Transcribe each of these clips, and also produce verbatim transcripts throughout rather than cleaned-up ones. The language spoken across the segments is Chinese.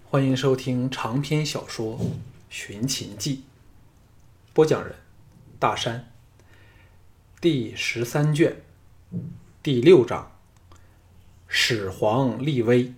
欢迎收听长篇小说《寻秦记》，播讲人大山，第十三卷，第六章，始皇立威。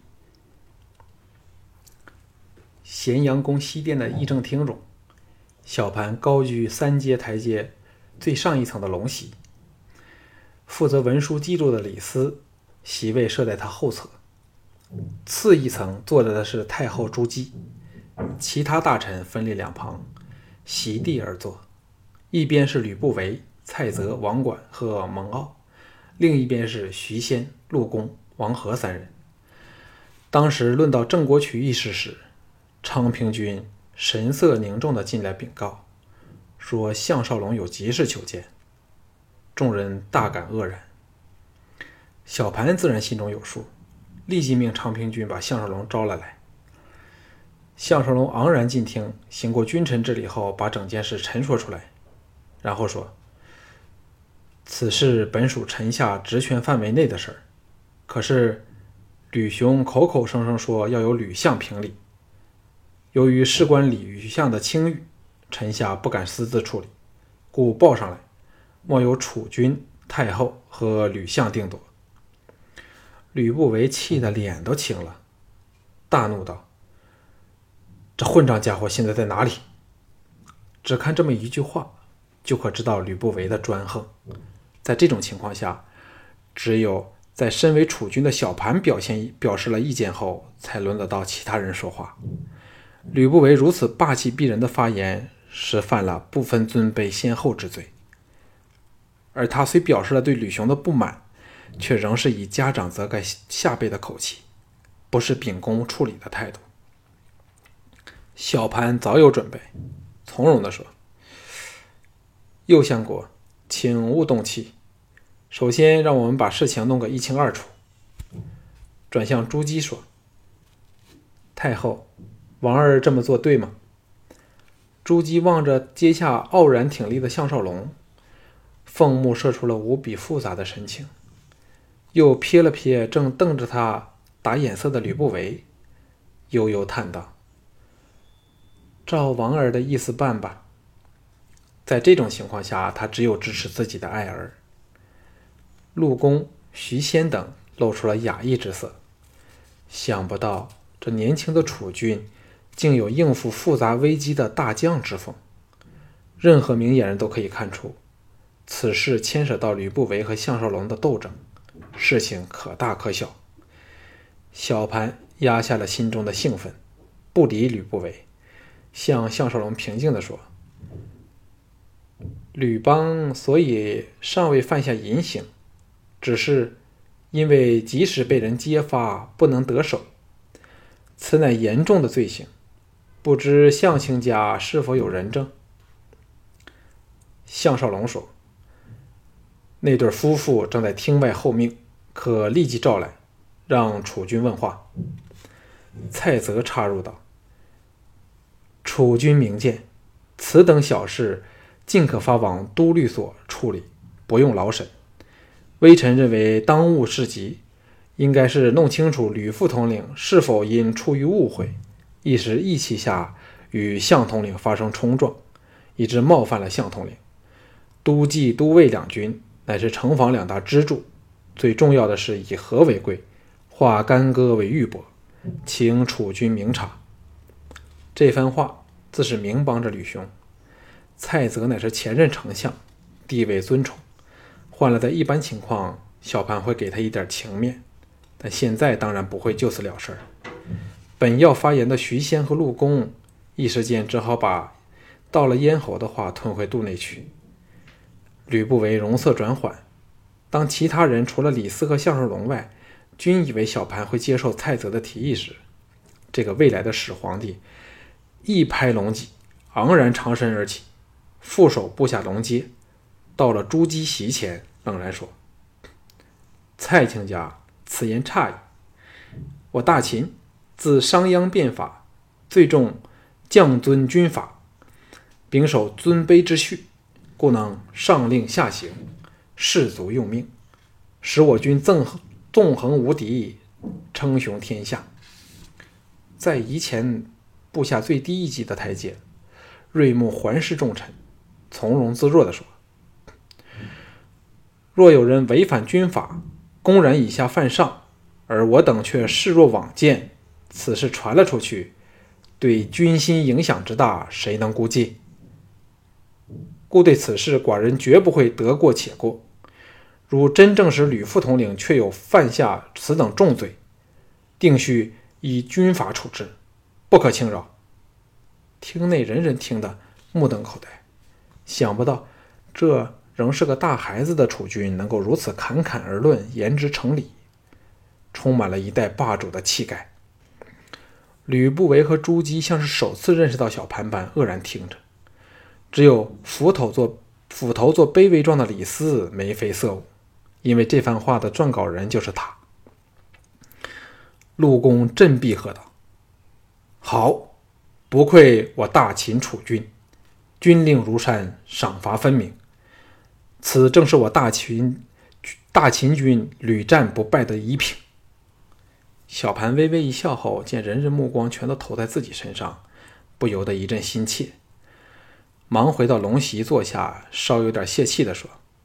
咸阳宫西殿的议政厅中，小盘高居三阶台阶最上一层的龙席，负责文书记录的李斯席位设在他后侧，次一层坐着的是太后朱姬，其他大臣分列两旁，席地而坐，一边是吕不韦、蔡泽、王管和蒙骜，另一边是徐仙、陆公、王和三人。当时论到郑国渠一事时，昌平君神色凝重地进来禀告，说项少龙有急事求见。众人大感愕然。小盘自然心中有数，立即命昌平君把项少龙招了来。项少龙昂然进厅，行过君臣之礼后，把整件事陈说出来，然后说：此事本属臣下职权范围内的事儿，可是吕兄口口声声说要由吕相评理，由于事关吕相的清誉，臣下不敢私自处理，故报上来，莫由储君、太后和吕相定夺。吕不韦气得脸都青了，大怒道：这混账家伙现在在哪里？只看这么一句话，就可知道吕不韦的专横。在这种情况下，只有在身为储君的小盘表现表示了意见后，才轮得到其他人说话。吕不韦如此霸气逼人的发言，是犯了不分尊卑先后之罪。而他虽表示了对吕雄的不满，却仍是以家长责盖下辈的口气，不是秉公处理的态度。小盘早有准备，从容地说：右相国，请勿动气，首先让我们把事情弄个一清二楚。转向朱姬说：太后，王儿这么做对吗？朱姬望着阶下傲然挺立的项少龙，凤目射出了无比复杂的神情，又瞥了瞥正瞪着他打眼色的吕不韦，悠悠叹道：照王儿的意思办吧。在这种情况下，他只有支持自己的爱儿。陆公、徐仙等露出了讶异之色，想不到这年轻的储君竟有应付复杂危机的大将之风。任何明眼人都可以看出，此事牵扯到吕不韦和项少龙的斗争，事情可大可小。小盘压下了心中的兴奋，不理吕不韦，向项少龙平静地说：吕邦所以尚未犯下淫行，只是因为即使被人揭发不能得手，此乃严重的罪行，不知项卿家是否有人证？项少龙说：那对夫妇正在厅外候命，可立即召来，让储君问话。蔡泽插入道：储君明鉴，此等小事尽可发往都律所处理，不用劳审。微臣认为当务事急，应该是弄清楚吕副统领是否因出于误会，一时意气下与项统领发生冲撞，以致冒犯了项统领。都冀、都尉两军乃是城防两大支柱，最重要的是以和为贵，化干戈为玉帛，请储君明察。这番话自是明帮着吕兄。蔡泽乃是前任丞相，地位尊崇，换了在一般情况，小盘会给他一点情面，但现在当然不会就此了事儿。本要发言的徐仙和陆公一时间只好把到了咽喉的话吞回肚内去。吕不韦容色转缓，当其他人除了李斯和项少龙外，均以为小盘会接受蔡泽的提议时，这个未来的始皇帝一拍龙脊，昂然长身而起，负手布下龙阶，到了朱姬席前，冷然说：蔡卿家此言差矣，我大秦自商鞅变法，最重降尊君法，秉守尊卑之序，故能上令下行，士卒用命，使我军纵横纵横无敌，称雄天下。 在夷前布下最低一级的台阶，瑞木环视众臣，从容自若地说：若有人违反军法，公然以下犯上，而我等却视若罔见，此事传了出去，对军心影响之大，谁能估计？故对此事，寡人绝不会得过且过。如真正使吕副统领确有犯下此等重罪，定须以军法处置，不可轻饶。厅内人人听得目瞪口呆，想不到这仍是个大孩子的储君能够如此侃侃而论，言之成理，充满了一代霸主的气概。吕不韦和朱姬像是首次认识到小盘般愕然听着，只有斧头做斧头做卑微状的李斯眉飞色舞，因为这番话的撰稿人就是他。陆公振臂喝道：好，不愧我大秦储君，军令如山，赏罚分明，此正是我大秦大秦军屡战不败的遗品。小盘微微一笑后，见人人目光全都投在自己身上，不由得一阵心切，忙回到龙席坐下，稍有点泄气地说：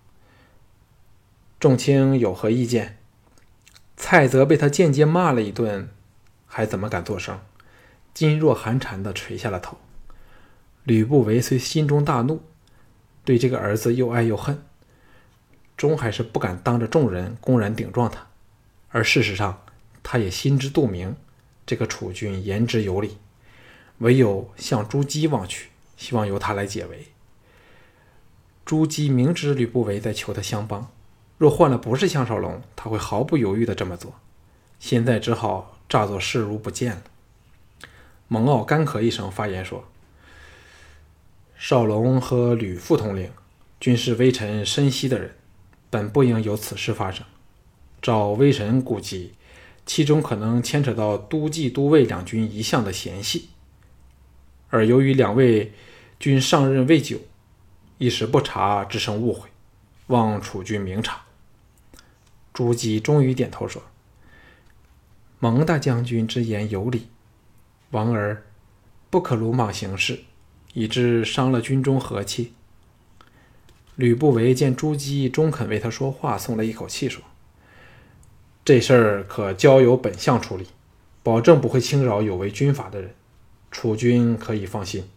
众卿有何意见？蔡泽被他间接骂了一顿，还怎么敢作声？噤若寒蝉地垂下了头。吕不韦虽心中大怒，对这个儿子又爱又恨，终还是不敢当着众人公然顶撞他。而事实上，他也心知肚明，这个储君言之有理，唯有向朱姬望去，希望由他来解围。朱姬明知吕不韦在求他相帮，若换了不是项少龙，他会毫不犹豫地这么做，现在只好诈作视如不见了。蒙骜干咳一声，发言说：少龙和吕副统领均是微臣深悉的人，本不应有此事发生。照微臣估计，其中可能牵扯到都记都尉两军一向的嫌隙，而由于两位均上任未久，一时不察，只生误会，望储君明察。朱姬终于点头说：蒙大将军之言有理，王儿不可鲁莽行事，以致伤了军中和气。吕不韦见朱姬终肯为他说话，松了一口气说：这事儿可交由本相处理，保证不会轻饶有违军法的人，储君可以放心。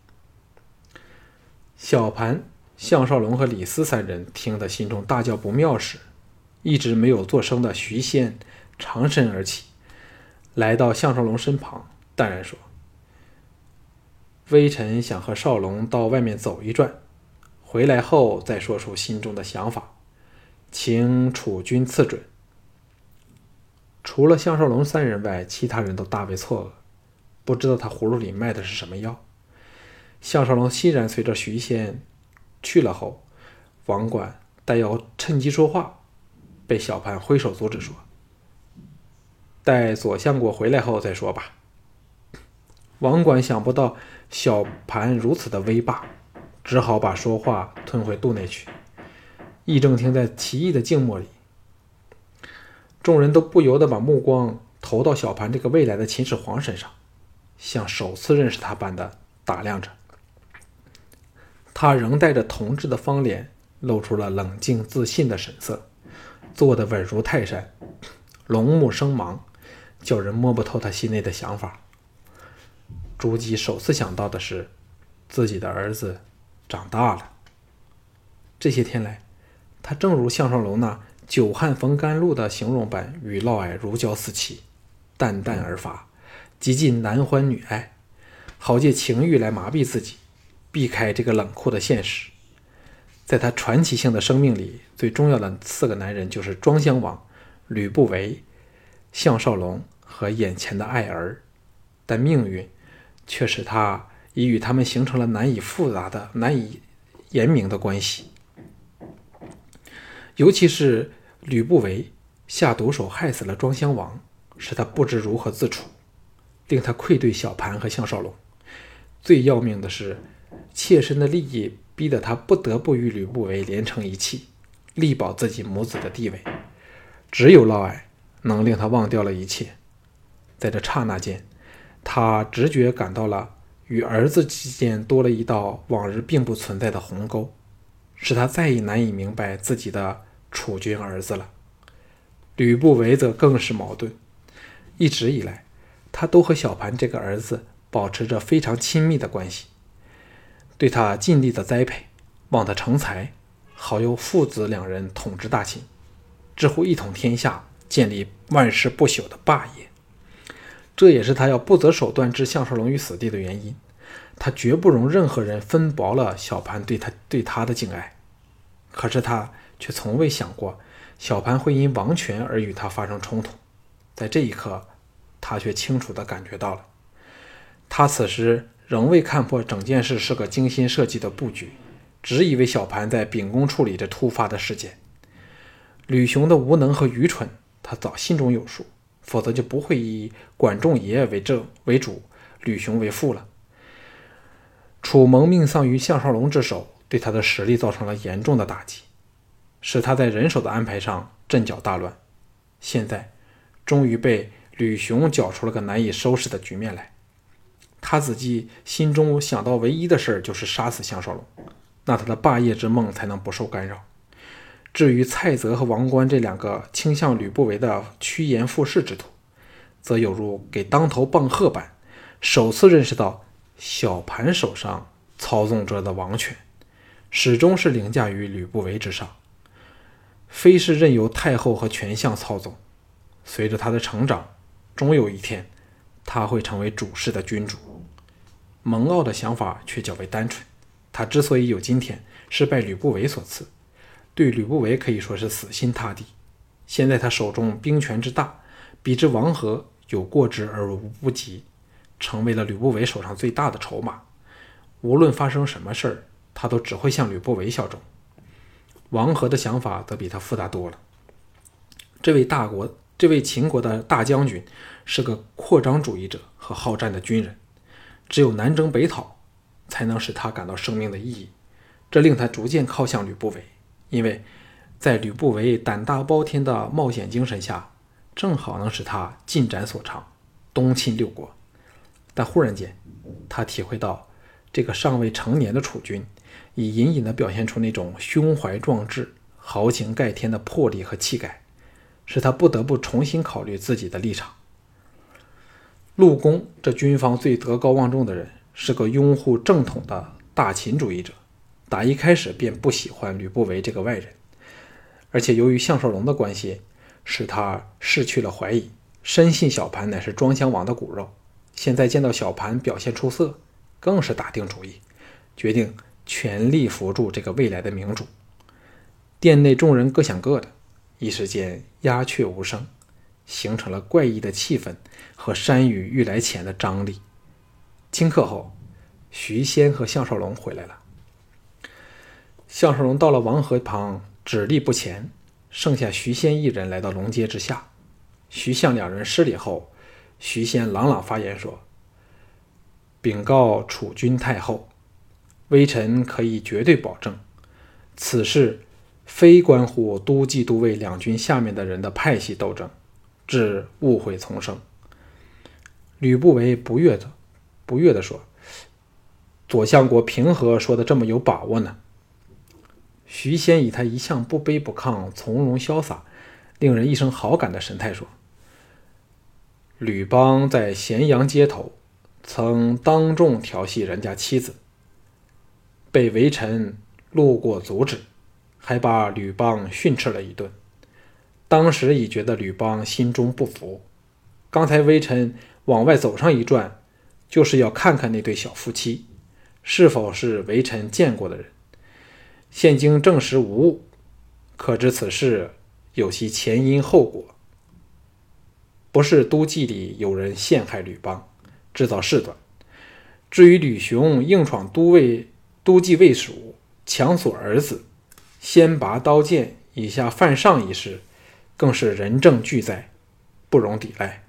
小盘、项少龙和李斯三人听得心中大叫不妙时，一直没有作声的徐仙长身而起，来到项少龙身旁，淡然说：微臣想和少龙到外面走一转，回来后再说出心中的想法，请储君赐准。除了项少龙三人外，其他人都大为错愕，不知道他葫芦里卖的是什么药。项少龙欣然随着徐仙去了后，王管待要趁机说话，被小盘挥手阻止说：待左相国回来后再说吧。王管想不到小盘如此的威霸，只好把说话吞回肚内去。议政厅在奇异的静默里，众人都不由得把目光投到小盘这个未来的秦始皇身上，像首次认识他般的打量着。他仍带着同志的方脸，露出了冷静自信的神色，坐得稳如泰山，龙目生芒，叫人摸不透他心内的想法。朱姬首次想到的是，自己的儿子长大了。这些天来，他正如项少龙那久旱逢甘露的形容般，与嫪毐如胶似漆，淡淡而发，极尽男欢女爱，好借情欲来麻痹自己，避开这个冷酷的现实。在他传奇性的生命里，最重要的四个男人就是庄襄王、吕不韦、项少龙和眼前的爱儿，但命运却使他已与他们形成了难以复杂的、难以言明的关系。尤其是吕不韦下毒手害死了庄襄王，使他不知如何自处，令他愧对小盘和项少龙。最要命的是，切身的利益逼得他不得不与吕不韦连成一气，力保自己母子的地位。只有嫪毐能令他忘掉了一切。在这刹那间， 他直觉感到了与儿子之间多了一道往日并不存在的鸿沟，使他再也难以明白自己的储君儿子了。吕不韦则更是矛盾，一直以来他都和小盘这个儿子保持着非常亲密的关系，对他尽力的栽培，望他成才，好由父子两人统治大秦，之乎一统天下，建立万世不朽的霸业。这也是他要不择手段置项少龙于死地的原因。他绝不容任何人分薄了小盘对他对他的敬爱。可是他却从未想过小盘会因王权而与他发生冲突。在这一刻，他却清楚地感觉到了，他此时仍未看破整件事是个精心设计的布局，只以为小盘在秉公处理这突发的事件。吕雄的无能和愚蠢，他早心中有数，否则就不会以管仲爷为正为主，吕雄为副了。楚蒙命丧于项少龙之手，对他的实力造成了严重的打击，使他在人手的安排上阵脚大乱。现在终于被吕雄搅出了个难以收拾的局面来。他自己心中想到唯一的事就是杀死项少龙，那他的霸业之梦才能不受干扰。至于蔡泽和王冠这两个倾向吕不韦的趋炎附势之徒，则有如给当头棒喝般，首次认识到小盘手上操纵着的王权始终是凌驾于吕不韦之上，非是任由太后和权相操纵。随着他的成长，终有一天他会成为主事的君主。蒙骜的想法却较为单纯，他之所以有今天，是拜吕不韦所赐，对吕不韦可以说是死心塌地。现在他手中兵权之大，比之王和有过之而无不及，成为了吕不韦手上最大的筹码。无论发生什么事儿，他都只会向吕不韦效忠。王和的想法则比他复杂多了。这位大国这位秦国的大将军是个扩张主义者和好战的军人，只有南征北讨才能使他感到生命的意义。这令他逐渐靠向吕不韦，因为在吕不韦胆大包天的冒险精神下，正好能使他尽展所长，东侵六国。但忽然间他体会到这个尚未成年的楚军已隐隐地表现出那种胸怀壮志、豪情盖天的魄力和气概，使他不得不重新考虑自己的立场。陆公这军方最德高望重的人，是个拥护正统的大秦主义者，打一开始便不喜欢吕不韦这个外人，而且由于项少龙的关系，使他失去了怀疑，深信小盘乃是庄襄王的骨肉。现在见到小盘表现出色，更是打定主意，决定全力扶助这个未来的明主。殿内众人各想各的，一时间鸦雀无声，形成了怪异的气氛和山雨欲来前的张力。顷刻后，徐仙和项少龙回来了。项少龙到了王河旁，止立不前，剩下徐仙一人来到龙阶之下。徐项两人施礼后，徐仙朗朗发言说：“禀告楚君太后，微臣可以绝对保证，此事非关乎都记都尉两军下面的人的派系斗争，致误会丛生。”吕不韦不悦的不悦地说：“左相国凭何说的这么有把握呢？”徐仙以他一向不卑不亢、从容潇洒、令人一生好感的神态说：“吕邦在咸阳街头曾当众调戏人家妻子，被微臣路过阻止，还把吕邦训斥了一顿。当时已觉得吕邦心中不服，刚才微臣往外走上一转，就是要看看那对小夫妻是否是微臣见过的人。现经证实无误，可知此事有其前因后果，不是都记里有人陷害吕邦，制造事端。至于吕雄硬闯都尉都记卫署，强索儿子，先拔刀剑以下犯上一事，更是人证俱在，不容抵赖。”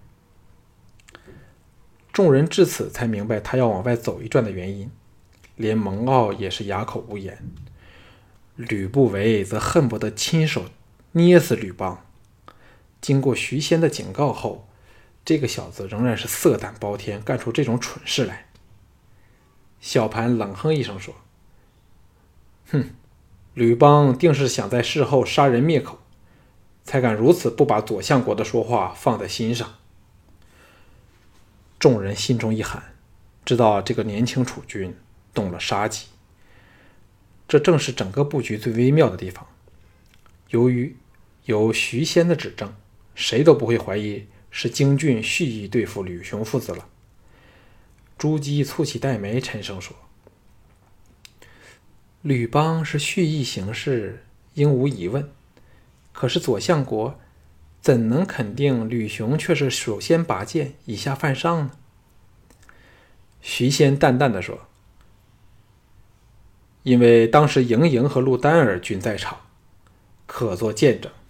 众人至此才明白他要往外走一转的原因，连蒙骜也是哑口无言。吕不韦则恨不得亲手捏死吕邦。经过徐仙的警告后， 这个小子仍然是色胆包天，干出这种蠢事来。小盘冷哼一声说：“哼，吕邦定是想在事后杀人灭口，才敢如此不把左相国的说话放在心上。”众人心中一寒，知道这个年轻储君动了杀机。这正是整个布局最微妙的地方。由于有徐仙的指证，谁都不会怀疑是京俊蓄意对付吕雄父子了。朱姬蹙起黛眉，沉声说：“吕邦是蓄意行事，应无疑问。可是左相国怎能肯定吕雄却是首先拔剑，以下犯上呢？”徐仙淡淡的说：“因为当时盈盈和陆丹儿均在场，可作见证。”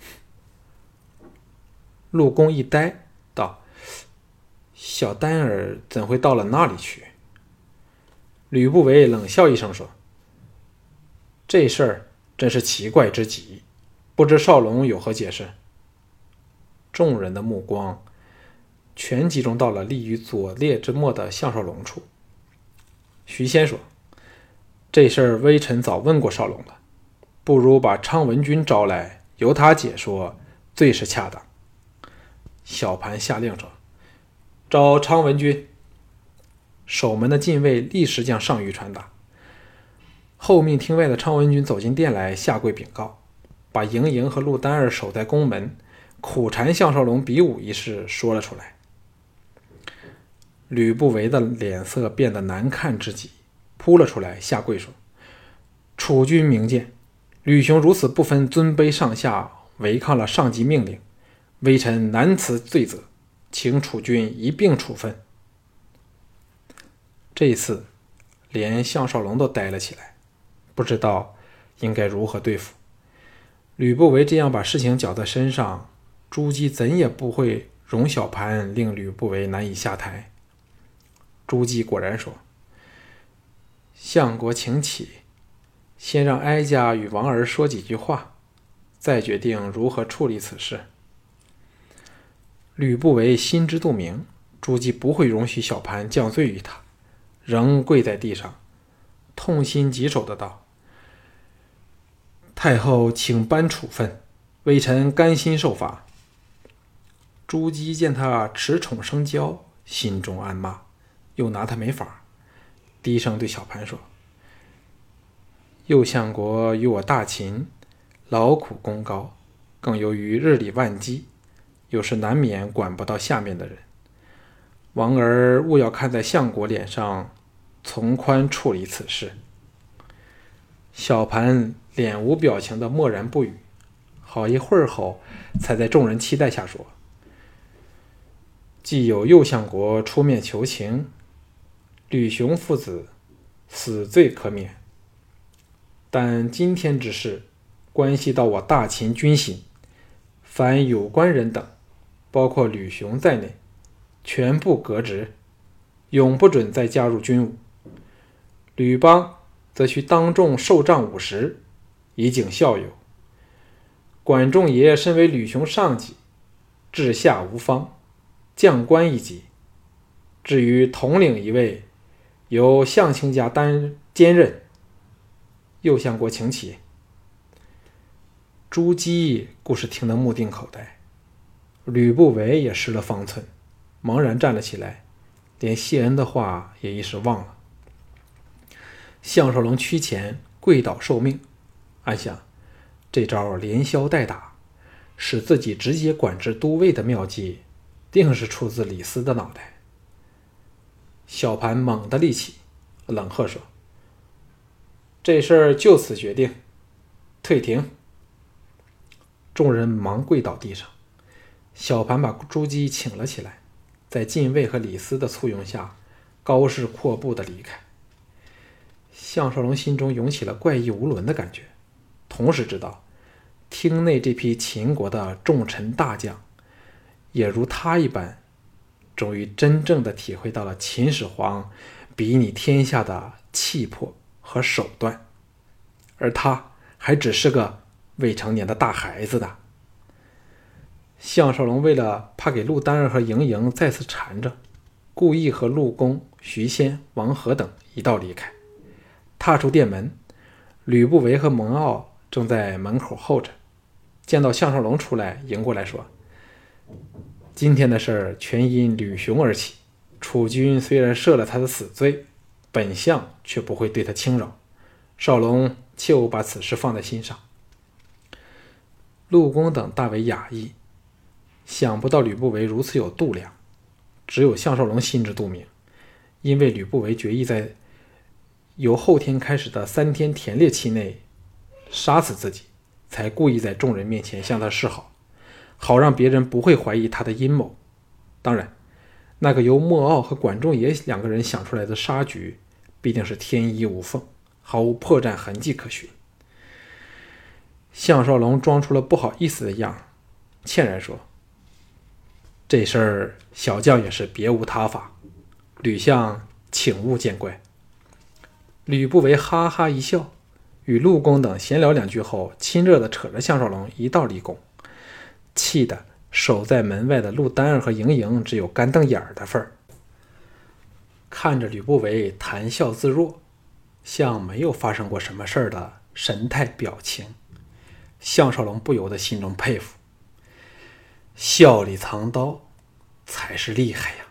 陆公一呆，道：“小丹儿怎会到了那里去？”吕不韦冷笑一声说：“这事儿真是奇怪之极，不知少龙有何解释？”众人的目光全集中到了立于左列之末的项少龙处。徐仙说：“这事儿微臣早问过少龙了，不如把昌文君招来，由他解说，最是恰当。”小盘下令说：“召昌文君。”守门的禁卫立时将上谕传达。后命厅外的昌文君走进殿来，下跪禀告，把盈盈和陆丹儿守在宫门苦缠项少龙比武一事说了出来。吕不韦的脸色变得难看至极，扑了出来，下跪说：“楚君明鉴，吕雄如此不分尊卑上下，违抗了上级命令，微臣难辞罪责，请楚君一并处分。”这一次连项少龙都呆了起来，不知道应该如何对付。吕不韦这样把事情搅在身上，朱姬怎也不会容小盘令吕不韦难以下台。朱姬果然说：“相国请起，先让哀家与王儿说几句话，再决定如何处理此事。”吕不韦心知肚明，朱姬不会容许小盘降罪于他，仍跪在地上，痛心疾首的道：“太后请颁处分，微臣甘心受罚。”朱姬见他恃宠生骄，心中暗骂，又拿他没法，低声对小盘说：“右相国与我大秦劳苦功高，更由于日理万机，有时难免管不到下面的人。王儿务要看在相国脸上，从宽处理此事。”小盘脸无表情的默然不语，好一会儿后，才在众人期待下说：“既有右相国出面求情，吕雄父子死罪可免，但今天之事关系到我大秦军心，凡有关人等，包括吕雄在内，全部革职，永不准再加入军伍。吕邦则需当众受杖五十，以儆校友。管仲爷身为吕雄上级，治下无方，将官一级。至于统领一位，由项卿家担兼任。右相国请起。”朱姬故是听得目定口呆，吕不韦也失了方寸，茫然站了起来，连谢恩的话也一时忘了。项少龙屈前跪倒受命，暗想这招连消带打，使自己直接管制都尉的妙计，定是出自李斯的脑袋。小盘猛地立起，冷喝说：“这事儿就此决定，退庭。”众人忙跪倒地上。小盘把朱姬请了起来，在禁卫和李斯的簇拥下，高势阔步地离开。项少龙心中涌起了怪异无伦的感觉，同时知道厅内这批秦国的重臣大将也如他一般，终于真正的体会到了秦始皇比拟天下的气魄和手段，而他还只是个未成年的大孩子的。 项少龙为了怕给陆丹儿和盈盈再次缠着，故意和陆公、徐仙、王和等一道离开。踏出店门，吕不韦和蒙骜正在门口候着，见到项少龙出来，迎过来说：“今天的事儿全因吕雄而起，楚军虽然赦了他的死罪，本相却不会对他轻饶，少龙切勿把此事放在心上。”陆公等大为讶异，想不到吕不韦如此有度量，只有项少龙心知肚明，因为吕不韦决意在由后天开始的三天田猎期内杀死自己，才故意在众人面前向他示好，好让别人不会怀疑他的阴谋。当然，那个由莫傲和管仲爷两个人想出来的杀局必定是天衣无缝，毫无破绽痕迹可寻。项少龙装出了不好意思的样，歉然说：“这事儿小将也是别无他法，吕相请勿见怪。”吕不韦哈哈一笑，与陆公等闲聊两句后，亲热地扯着项少龙一道离宫，气得守在门外的陆丹儿和盈盈只有干瞪眼的份儿。看着吕不韦谈笑自若，像没有发生过什么事儿的神态表情，项少龙不由得心中佩服，笑里藏刀才是厉害呀。